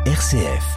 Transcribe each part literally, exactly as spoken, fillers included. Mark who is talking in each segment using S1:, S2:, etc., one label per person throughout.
S1: R C F.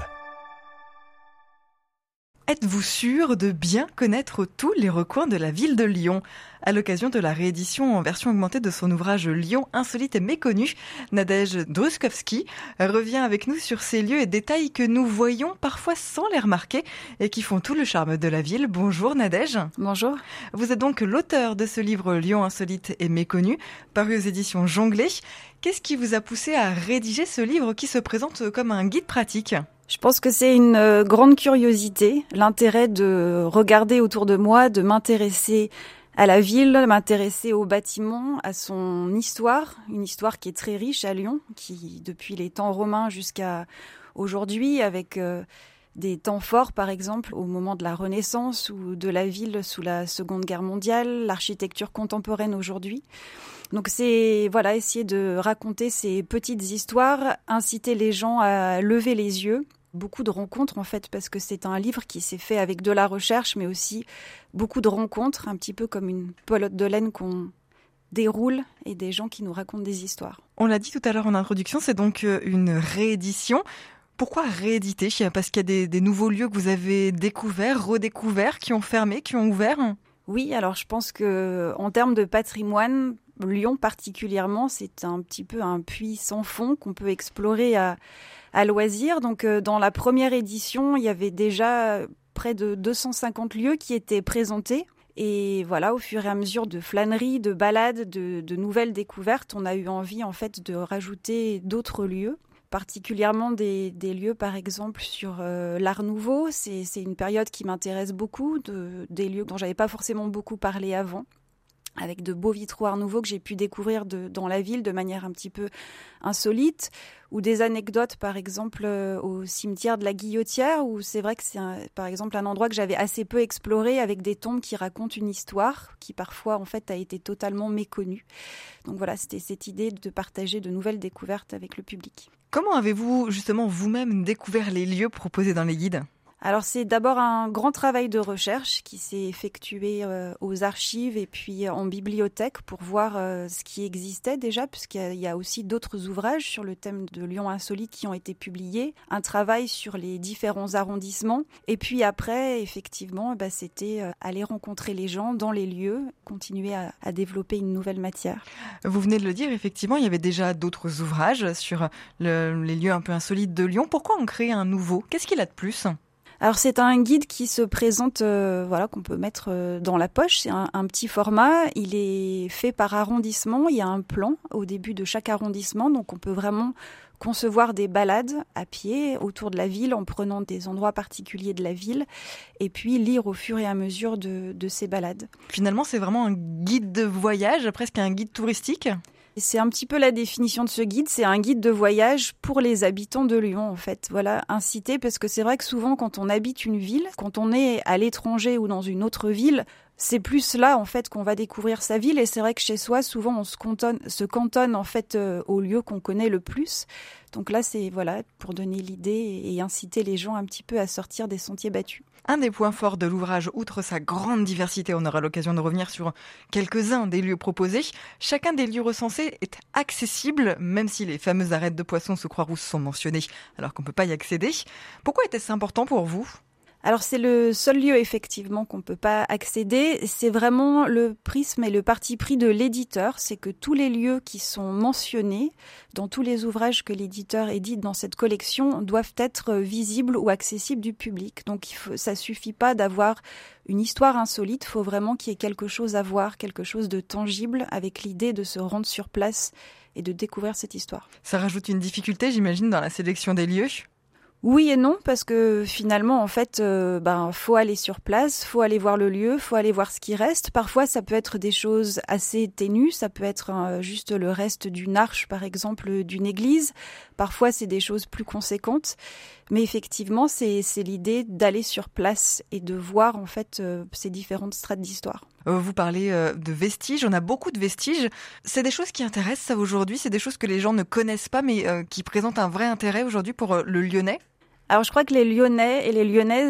S2: Êtes-vous sûr de bien connaître tous les recoins de la ville de Lyon ? À l'occasion de la réédition en version augmentée de son ouvrage Lyon insolite et méconnu, Nadège Druskowski revient avec nous sur ces lieux et détails que nous voyons parfois sans les remarquer et qui font tout le charme de la ville. Bonjour Nadège.
S3: Bonjour.
S2: Vous êtes donc l'auteur de ce livre Lyon insolite et méconnu, paru aux éditions Jonglé. Qu'est-ce qui vous a poussé à rédiger ce livre qui se présente comme un guide pratique ?
S3: Je pense que c'est une euh, grande curiosité, l'intérêt de regarder autour de moi, de m'intéresser à la ville, m'intéresser au bâtiment, à son histoire, une histoire qui est très riche à Lyon, qui depuis les temps romains jusqu'à aujourd'hui, avec euh, des temps forts par exemple au moment de la Renaissance ou de la ville sous la Seconde Guerre mondiale, l'architecture contemporaine aujourd'hui. Donc c'est voilà, essayer de raconter ces petites histoires, inciter les gens à lever les yeux. Beaucoup de rencontres en fait, parce que c'est un livre qui s'est fait avec de la recherche, mais aussi beaucoup de rencontres, un petit peu comme une pelote de laine qu'on déroule et des gens qui nous racontent des histoires.
S2: On l'a dit tout à l'heure en introduction, c'est donc une réédition. Pourquoi rééditer ? Parce qu'il y a des, des nouveaux lieux que vous avez découverts, redécouverts, qui ont fermé, qui ont ouvert ?
S3: Oui, alors je pense que en termes de patrimoine, Lyon particulièrement, c'est un petit peu un puits sans fond qu'on peut explorer à, à loisir. Donc euh, dans la première édition, il y avait déjà près de deux cent cinquante lieux qui étaient présentés. Et voilà, au fur et à mesure de flâneries, de balades, de, de nouvelles découvertes, on a eu envie en fait de rajouter d'autres lieux. Particulièrement des, des lieux, par exemple, sur euh, l'Art Nouveau. C'est, c'est une période qui m'intéresse beaucoup, de, des lieux dont je n'avais pas forcément beaucoup parlé avant, avec de beaux vitraux Art Nouveau que j'ai pu découvrir de, dans la ville de manière un petit peu insolite, ou des anecdotes, par exemple, euh, au cimetière de la Guillotière, où c'est vrai que c'est, un, par exemple, un endroit que j'avais assez peu exploré, avec des tombes qui racontent une histoire qui, parfois, en fait, a été totalement méconnue. Donc voilà, c'était cette idée de partager de nouvelles découvertes avec le public.
S2: Comment avez-vous justement vous-même découvert les lieux proposés dans les guides ?
S3: Alors c'est d'abord un grand travail de recherche qui s'est effectué euh, aux archives et puis en bibliothèque pour voir euh, ce qui existait déjà, puisqu'il y a, il y a aussi d'autres ouvrages sur le thème de Lyon insolite qui ont été publiés, un travail sur les différents arrondissements. Et puis après, effectivement, bah, c'était euh, aller rencontrer les gens dans les lieux, continuer à, à développer une nouvelle matière.
S2: Vous venez de le dire, effectivement, il y avait déjà d'autres ouvrages sur le, les lieux un peu insolites de Lyon. Pourquoi en créer un nouveau ? Qu'est-ce qu'il a de plus ?
S3: Alors c'est un guide qui se présente, euh, voilà, qu'on peut mettre euh, dans la poche. C'est un, un petit format. Il est fait par arrondissement. Il y a un plan au début de chaque arrondissement, donc on peut vraiment concevoir des balades à pied autour de la ville en prenant des endroits particuliers de la ville et puis lire au fur et à mesure de, de ces balades.
S2: Finalement, c'est vraiment un guide de voyage, presque un guide touristique ?
S3: C'est un petit peu la définition de ce guide, c'est un guide de voyage pour les habitants de Lyon en fait. Voilà, inciter, parce que c'est vrai que souvent quand on habite une ville, quand on est à l'étranger ou dans une autre ville, c'est plus là en fait qu'on va découvrir sa ville, et c'est vrai que chez soi souvent on se cantonne, se cantonne en fait euh, au lieu qu'on connaît le plus. Donc là c'est voilà pour donner l'idée et inciter les gens un petit peu à sortir des sentiers battus.
S2: Un des points forts de l'ouvrage, outre sa grande diversité, on aura l'occasion de revenir sur quelques-uns des lieux proposés, chacun des lieux recensés est accessible, même si les fameuses arêtes de poissons sous Croix-Rousse sont mentionnées alors qu'on ne peut pas y accéder. Pourquoi était-ce important pour vous ?
S3: Alors c'est le seul lieu effectivement qu'on ne peut pas accéder. C'est vraiment le prisme et le parti pris de l'éditeur. C'est que tous les lieux qui sont mentionnés dans tous les ouvrages que l'éditeur édite dans cette collection doivent être visibles ou accessibles du public. Donc il faut, ça ne suffit pas d'avoir une histoire insolite. Il faut vraiment qu'il y ait quelque chose à voir, quelque chose de tangible, avec l'idée de se rendre sur place et de découvrir cette histoire.
S2: Ça rajoute une difficulté, j'imagine, dans la sélection des lieux ?
S3: Oui et non, parce que finalement, en fait, euh, ben, faut aller sur place, faut aller voir le lieu, faut aller voir ce qui reste. Parfois, ça peut être des choses assez ténues, ça peut être euh, juste le reste d'une arche, par exemple, d'une église. Parfois, c'est des choses plus conséquentes. Mais effectivement, c'est, c'est l'idée d'aller sur place et de voir, en fait, euh, ces différentes strates d'histoire.
S2: Vous parlez euh, de vestiges, on a beaucoup de vestiges. C'est des choses qui intéressent ça aujourd'hui, c'est des choses que les gens ne connaissent pas, mais euh, qui présentent un vrai intérêt aujourd'hui pour euh, le Lyonnais ?
S3: Alors, je crois que les Lyonnais et les Lyonnaises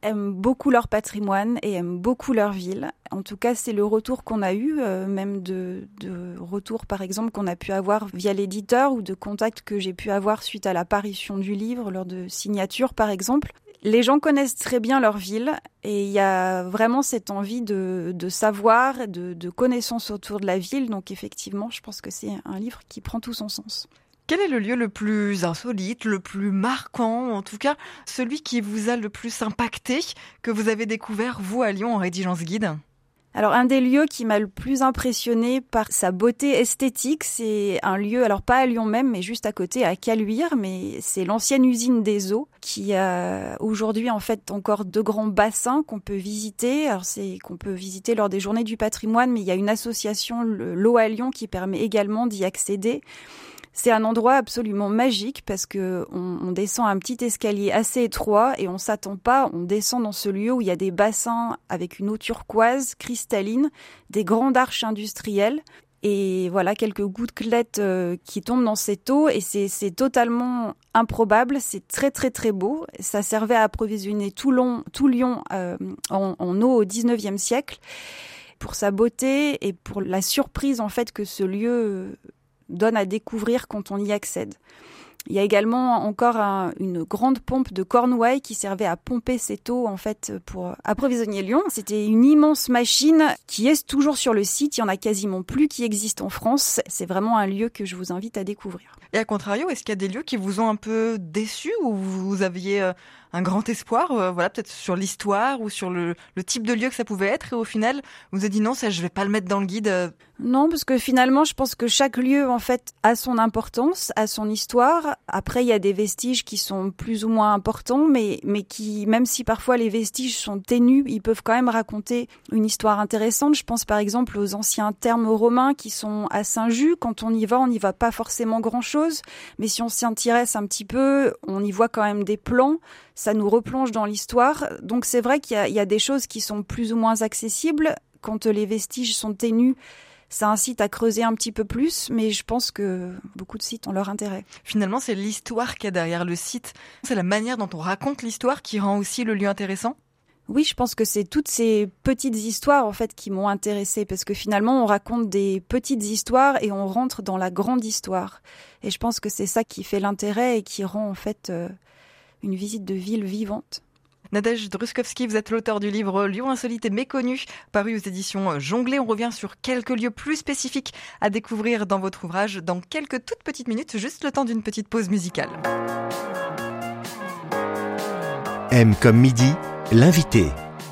S3: aiment beaucoup leur patrimoine et aiment beaucoup leur ville. En tout cas, c'est le retour qu'on a eu, euh, même de, de retours par exemple qu'on a pu avoir via l'éditeur ou de contacts que j'ai pu avoir suite à l'apparition du livre, lors de signatures par exemple. Les gens connaissent très bien leur ville et il y a vraiment cette envie de, de savoir, de, de connaissances autour de la ville. Donc effectivement, je pense que c'est un livre qui prend tout son sens.
S2: Quel est le lieu le plus insolite, le plus marquant, en tout cas celui qui vous a le plus impacté, que vous avez découvert, vous, à Lyon, en rédigeant ce guide ?
S3: Alors, un des lieux qui m'a le plus impressionné par sa beauté esthétique, c'est un lieu, alors pas à Lyon même, mais juste à côté, à Caluire, mais c'est l'ancienne usine des eaux, qui a aujourd'hui en fait encore deux grands bassins qu'on peut visiter. Alors, c'est qu'on peut visiter lors des journées du patrimoine, mais il y a une association, l'Eau à Lyon, qui permet également d'y accéder. C'est un endroit absolument magique parce que on, on descend un petit escalier assez étroit et on s'attend pas. On descend dans ce lieu où il y a des bassins avec une eau turquoise cristalline, des grandes arches industrielles et voilà quelques gouttelettes euh, qui tombent dans cette eau et c'est, c'est totalement improbable. C'est très très très beau. Ça servait à approvisionner tout, long, tout Lyon euh, en, en eau au dix-neuvième siècle. Pour sa beauté et pour la surprise en fait que ce lieu donne à découvrir quand on y accède. Il y a également encore un, une grande pompe de Cornouailles qui servait à pomper cette eau en fait pour approvisionner Lyon. C'était une immense machine qui est toujours sur le site. Il y en a quasiment plus qui existent en France. C'est vraiment un lieu que je vous invite à découvrir.
S2: Et à contrario, est-ce qu'il y a des lieux qui vous ont un peu déçus ou vous aviez euh, un grand espoir, euh, voilà, peut-être sur l'histoire ou sur le, le type de lieu que ça pouvait être et au final, vous avez dit non, ça je vais pas le mettre dans le guide euh...
S3: Non, parce que finalement, je pense que chaque lieu, en fait, a son importance, a son histoire. Après, il y a des vestiges qui sont plus ou moins importants, mais, mais qui, même si parfois les vestiges sont ténus, ils peuvent quand même raconter une histoire intéressante. Je pense par exemple aux anciens thermes romains qui sont à Saint-Just. Quand on y va, on n'y va pas forcément grand-chose, mais si on s'y intéresse un petit peu, on y voit quand même des plans. Ça nous replonge dans l'histoire. Donc c'est vrai qu'il y a, il y a des choses qui sont plus ou moins accessibles. Quand les vestiges sont ténus, ça incite à creuser un petit peu plus, mais je pense que beaucoup de sites ont leur intérêt.
S2: Finalement, c'est l'histoire qu'il y a derrière le site. C'est la manière dont on raconte l'histoire qui rend aussi le lieu intéressant ?
S3: Oui, je pense que c'est toutes ces petites histoires en fait qui m'ont intéressée parce que finalement on raconte des petites histoires et on rentre dans la grande histoire. Et je pense que c'est ça qui fait l'intérêt et qui rend en fait euh, une visite de ville vivante.
S2: Nadège Druskowski, vous êtes l'auteur du livre Lyon insolite et méconnu, paru aux éditions Jonglé. On revient sur quelques lieux plus spécifiques à découvrir dans votre ouvrage dans quelques toutes petites minutes, juste le temps d'une petite pause musicale.
S1: M comme midi, l'invité.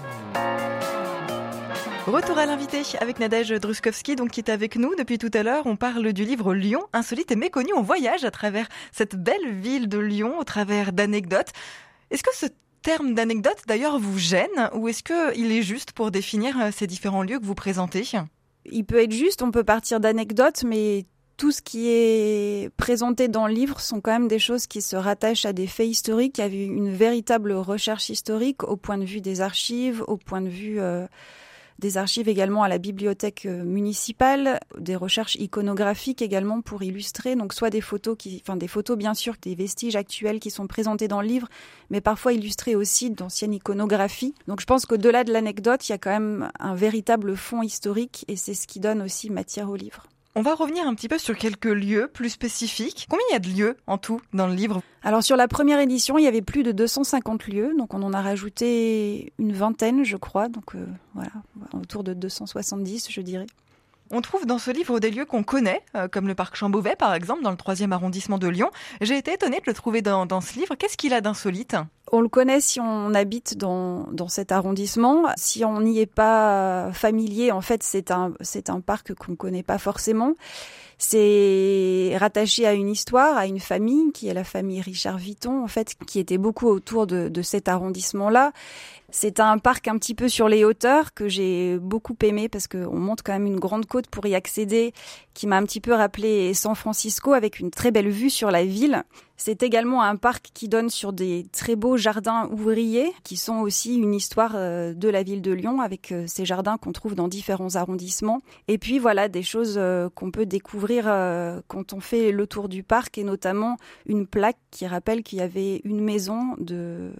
S2: Retour à l'invité avec Nadège Druskowski, donc qui est avec nous depuis tout à l'heure. On parle du livre Lyon insolite et méconnu. On voyage à travers cette belle ville de Lyon, au travers d'anecdotes. Est-ce que ce terme d'anecdote d'ailleurs vous gêne ou est-ce qu'il est juste pour définir ces différents lieux que vous présentez ?
S3: Il peut être juste, on peut partir d'anecdotes, mais tout ce qui est présenté dans le livre sont quand même des choses qui se rattachent à des faits historiques, à une véritable recherche historique au point de vue des archives, au point de vue euh, des archives également à la bibliothèque municipale, des recherches iconographiques également pour illustrer, donc soit des photos, qui, enfin des photos bien sûr, des vestiges actuels qui sont présentés dans le livre, mais parfois illustrés aussi d'anciennes iconographies. Donc je pense qu'au-delà de l'anecdote, il y a quand même un véritable fond historique et c'est ce qui donne aussi matière au livre.
S2: On va revenir un petit peu sur quelques lieux plus spécifiques. Combien il y a de lieux en tout dans le livre ?
S3: Alors sur la première édition, il y avait plus de deux cent cinquante lieux, donc on en a rajouté une vingtaine, je crois, donc euh, voilà, autour de deux cent soixante-dix, je dirais.
S2: On trouve dans ce livre des lieux qu'on connaît, euh, comme le parc Champ-Beauvais par exemple, dans le troisième arrondissement de Lyon. J'ai été étonnée de le trouver dans, dans ce livre. Qu'est-ce qu'il a d'insolite ?
S3: On le connaît si on habite dans, dans cet arrondissement. Si on n'y est pas familier, en fait, c'est un, c'est un parc qu'on ne connaît pas forcément. C'est rattaché à une histoire, à une famille, qui est la famille Richard Viton, en fait, qui était beaucoup autour de, de cet arrondissement-là. C'est un parc un petit peu sur les hauteurs que j'ai beaucoup aimé parce qu'on monte quand même une grande côte pour y accéder, qui m'a un petit peu rappelé San Francisco avec une très belle vue sur la ville. C'est également un parc qui donne sur des très beaux jardins ouvriers qui sont aussi une histoire de la ville de Lyon avec ces jardins qu'on trouve dans différents arrondissements. Et puis voilà, des choses qu'on peut découvrir quand on fait le tour du parc et notamment une plaque qui rappelle qu'il y avait une maison de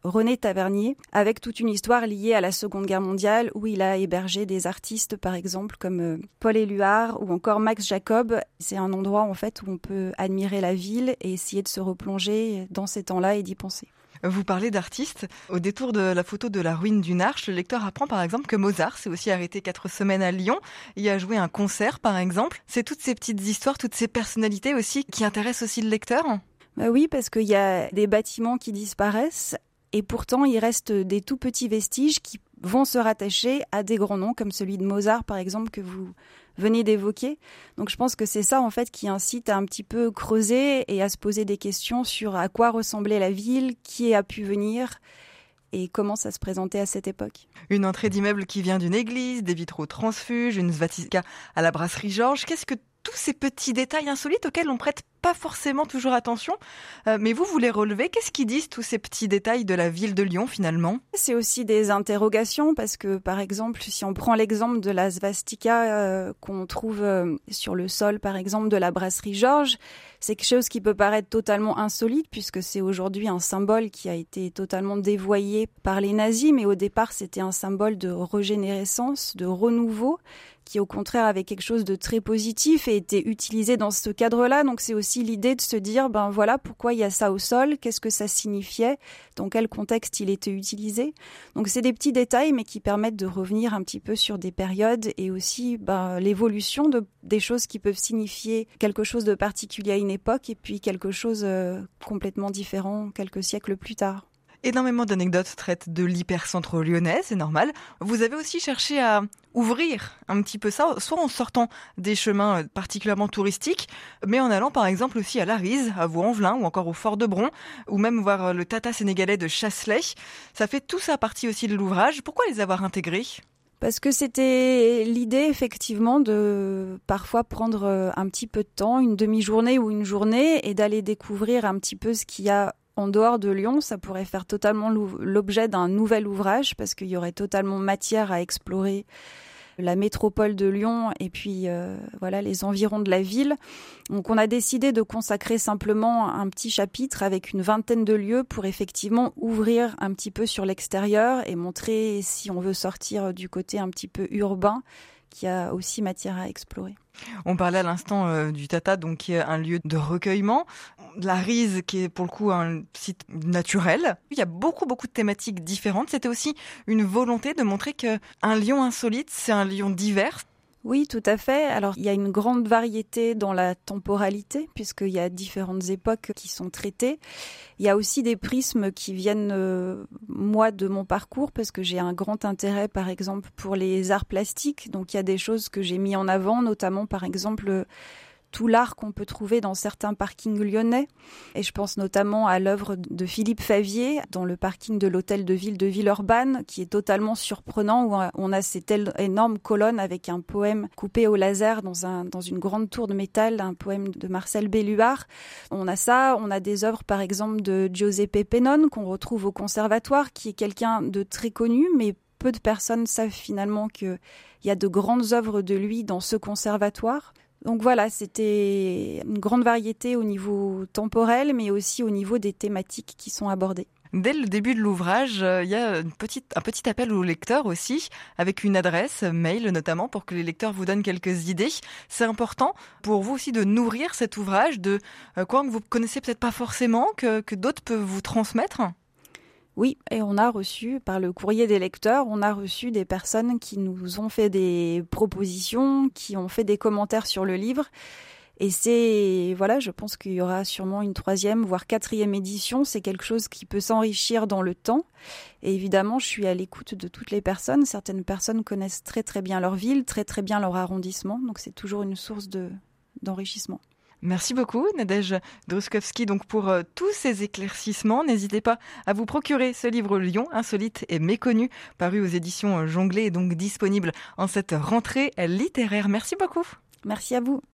S3: René Tavernier, avec toute une histoire liée à la Seconde Guerre mondiale, où il a hébergé des artistes, par exemple, comme Paul Éluard ou encore Max Jacob. C'est un endroit, en fait, où on peut admirer la ville et essayer de se replonger dans ces temps-là et d'y penser.
S2: Vous parlez d'artistes. Au détour de la photo de la ruine d'une arche, le lecteur apprend par exemple que Mozart s'est aussi arrêté quatre semaines à Lyon. Il a joué un concert par exemple. C'est toutes ces petites histoires, toutes ces personnalités aussi qui intéressent aussi le lecteur.
S3: Bah oui, parce qu'il y a des bâtiments qui disparaissent et pourtant il reste des tout petits vestiges qui vont se rattacher à des grands noms comme celui de Mozart par exemple que vous venez d'évoquer. Donc je pense que c'est ça en fait qui incite à un petit peu creuser et à se poser des questions sur à quoi ressemblait la ville, qui a pu venir et comment ça se présentait à cette époque.
S2: Une entrée d'immeuble qui vient d'une église, des vitraux transfuges, une svatika à la brasserie Georges. Qu'est-ce que tous ces petits détails insolites auxquels on prête pas forcément toujours attention, euh, mais vous, vous les relevez. Qu'est-ce qu'ils disent tous ces petits détails de la ville de Lyon finalement ?
S3: C'est aussi des interrogations parce que par exemple, si on prend l'exemple de la svastika euh, qu'on trouve euh, sur le sol par exemple de la brasserie Georges, c'est quelque chose qui peut paraître totalement insolite puisque c'est aujourd'hui un symbole qui a été totalement dévoyé par les nazis, mais au départ c'était un symbole de régénérescence, de renouveau, qui au contraire avait quelque chose de très positif et était utilisé dans ce cadre-là. Donc c'est aussi l'idée de se dire, ben voilà, pourquoi il y a ça au sol, qu'est-ce que ça signifiait, dans quel contexte il était utilisé. Donc c'est des petits détails, mais qui permettent de revenir un petit peu sur des périodes et aussi ben, l'évolution de, des choses qui peuvent signifier quelque chose de particulier à une époque et puis quelque chose euh, complètement différent quelques siècles plus tard.
S2: Énormément d'anecdotes traitent de l'hypercentre lyonnais, c'est normal. Vous avez aussi cherché à ouvrir un petit peu ça, soit en sortant des chemins particulièrement touristiques, mais en allant par exemple aussi à Larise, à Vaux-en-Velin ou encore au Fort de Bron, ou même voir le Tata sénégalais de Chasselet. Ça fait tout ça partie aussi de l'ouvrage. Pourquoi les avoir intégrés ?
S3: Parce que c'était l'idée effectivement de parfois prendre un petit peu de temps, une demi-journée ou une journée, et d'aller découvrir un petit peu ce qu'il y a en dehors de Lyon. Ça pourrait faire totalement l'objet d'un nouvel ouvrage parce qu'il y aurait totalement matière à explorer la métropole de Lyon et puis euh, voilà les environs de la ville. Donc on a décidé de consacrer simplement un petit chapitre avec une vingtaine de lieux pour effectivement ouvrir un petit peu sur l'extérieur et montrer, si on veut sortir du côté un petit peu urbain, qu'il y a aussi matière à explorer.
S2: On parlait à l'instant euh, du Tata, donc qui est un lieu de recueillement. La Rise, qui est pour le coup un site naturel. Il y a beaucoup, beaucoup de thématiques différentes. C'était aussi une volonté de montrer qu'un Lyon insolite, c'est un Lyon divers.
S3: Oui, tout à fait. Alors, il y a une grande variété dans la temporalité, puisqu'il y a différentes époques qui sont traitées. Il y a aussi des prismes qui viennent, euh, moi, de mon parcours, parce que j'ai un grand intérêt, par exemple, pour les arts plastiques. Donc, il y a des choses que j'ai mis en avant, notamment, par exemple, tout l'art qu'on peut trouver dans certains parkings lyonnais. Et je pense notamment à l'œuvre de Philippe Favier dans le parking de l'hôtel de ville de Villeurbanne, qui est totalement surprenant, où on a cette énorme colonne avec un poème coupé au laser dans, un, dans une grande tour de métal, un poème de Marcel Belluard. On a ça, on a des œuvres par exemple de Giuseppe Pennone qu'on retrouve au conservatoire, qui est quelqu'un de très connu, mais peu de personnes savent finalement qu'il y a de grandes œuvres de lui dans ce conservatoire. Donc voilà, c'était une grande variété au niveau temporel, mais aussi au niveau des thématiques qui sont abordées.
S2: Dès le début de l'ouvrage, il y a une petite, un petit appel aux lecteurs aussi, avec une adresse mail notamment, pour que les lecteurs vous donnent quelques idées. C'est important pour vous aussi de nourrir cet ouvrage de quoi que vous connaissez peut-être pas forcément, que, que d'autres peuvent vous transmettre.
S3: Oui, et on a reçu, par le courrier des lecteurs, on a reçu des personnes qui nous ont fait des propositions, qui ont fait des commentaires sur le livre. Et c'est, voilà, je pense qu'il y aura sûrement une troisième, voire quatrième édition. C'est quelque chose qui peut s'enrichir dans le temps. Et évidemment, je suis à l'écoute de toutes les personnes. Certaines personnes connaissent très très bien leur ville, très très bien leur arrondissement. Donc c'est toujours une source de, d'enrichissement.
S2: Merci beaucoup Nadège Druskowski donc pour euh, tous ces éclaircissements. N'hésitez pas à vous procurer ce livre Lyon insolite et méconnu, paru aux éditions Jonglée et donc disponible en cette rentrée littéraire. Merci beaucoup.
S3: Merci à vous.